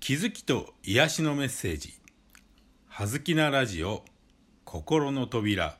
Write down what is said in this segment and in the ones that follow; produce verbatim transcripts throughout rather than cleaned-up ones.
気づきと癒しのメッセージ、はずきなラジオ心の扉。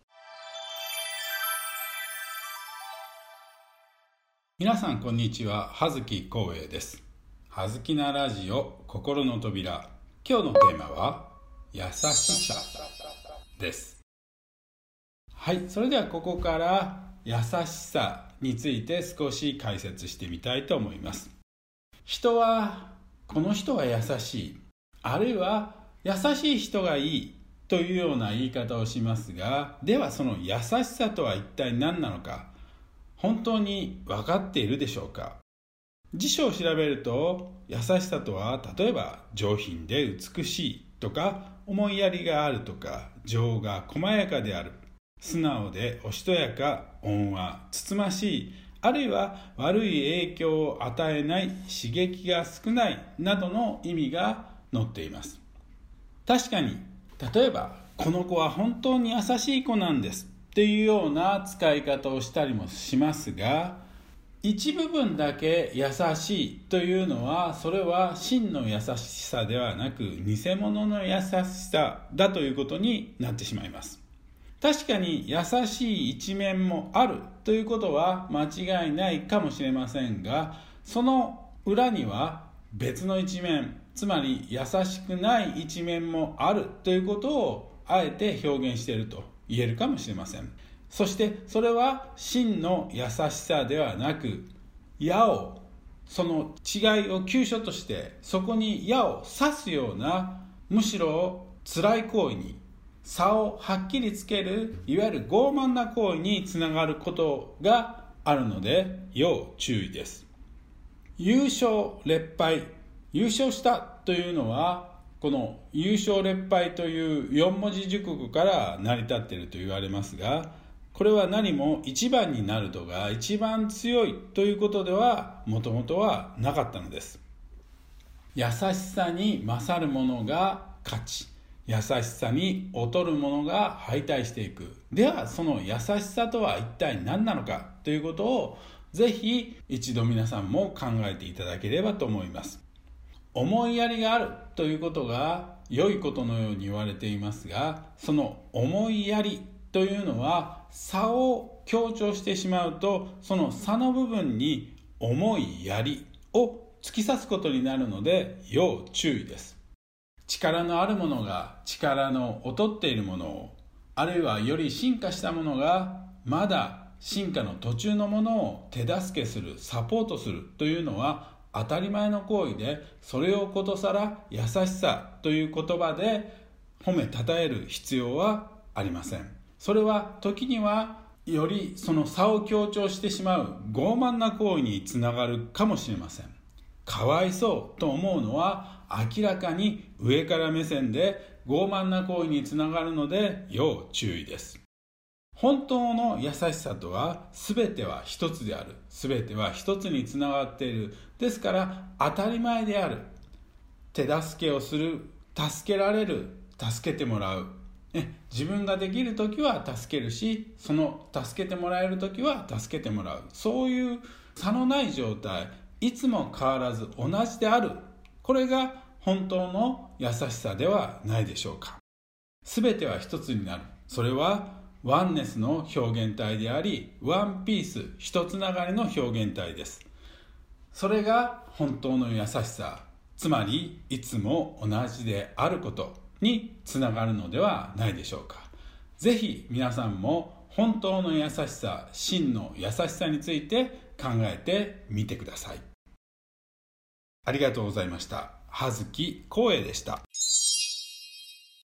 皆さんこんにちは、葉月光栄です。はずきなラジオ心の扉。今日のテーマは優しさです。はい、それではここから優しさについて少し解説してみたいと思います。人はこの人は優しい、あるいは優しい人がいいというような言い方をしますが、ではその優しさとは一体何なのか、本当に分かっているでしょうか。辞書を調べると、優しさとは例えば上品で美しいとか、思いやりがあるとか、情が細やかである、素直でおしとやか、温和、つつましい、あるいは悪い影響を与えない、刺激が少ないなどの意味が載っています。確かに、例えばこの子は本当に優しい子なんですっていうような使い方をしたりもしますが、一部分だけ優しいというのは、それは真の優しさではなく偽物の優しさだということになってしまいます。確かに優しい一面もあるということは間違いないかもしれませんが、その裏には別の一面、つまり優しくない一面もあるということをあえて表現していると言えるかもしれません。そしてそれは真の優しさではなく、矢を、その違いを急所としてそこに矢を刺すような、むしろ辛い行為に差をはっきりつける、いわゆる傲慢な行為につながることがあるので要注意です。優勝劣敗、優勝したというのは、この優勝劣敗というよん文字熟語から成り立っていると言われますが、これは何も一番になるとか一番強いということではもともとはなかったのです。優しさに勝るものが勝ち、優しさに劣るものが敗退していく。ではその優しさとは一体何なのかということを、ぜひ一度皆さんも考えていただければと思います。思いやりがあるということが良いことのように言われていますが、その思いやりというのは差を強調してしまうと、その差の部分に思いやりを突き刺すことになるので要注意です。力のあるものが力の劣っているものを、あるいはより進化したものがまだ進化の途中のものを手助けする、サポートするというのは当たり前の行為で、それをことさら優しさという言葉で褒めたたえる必要はありません。それは時にはよりその差を強調してしまう傲慢な行為につながるかもしれません。かわいそうと思うのは明らかに上から目線で傲慢な行為につながるので要注意です。本当の優しさとは、全ては一つである、全ては一つにつながっている、ですから当たり前である、手助けをする、助けられる、助けてもらう、ね、自分ができるときは助けるし、その助けてもらえるときは助けてもらう、そういう差のない状態、いつも変わらず同じである、これが本当の優しさではないでしょうか。すべては一つになる、それはワンネスの表現体であり、ワンピース、一つながりの表現体です。それが本当の優しさ、つまりいつも同じであることにつながるのではないでしょうか。ぜひ皆さんも本当の優しさ、真の優しさについて考えてみてください。ありがとうございました。葉月光栄でした。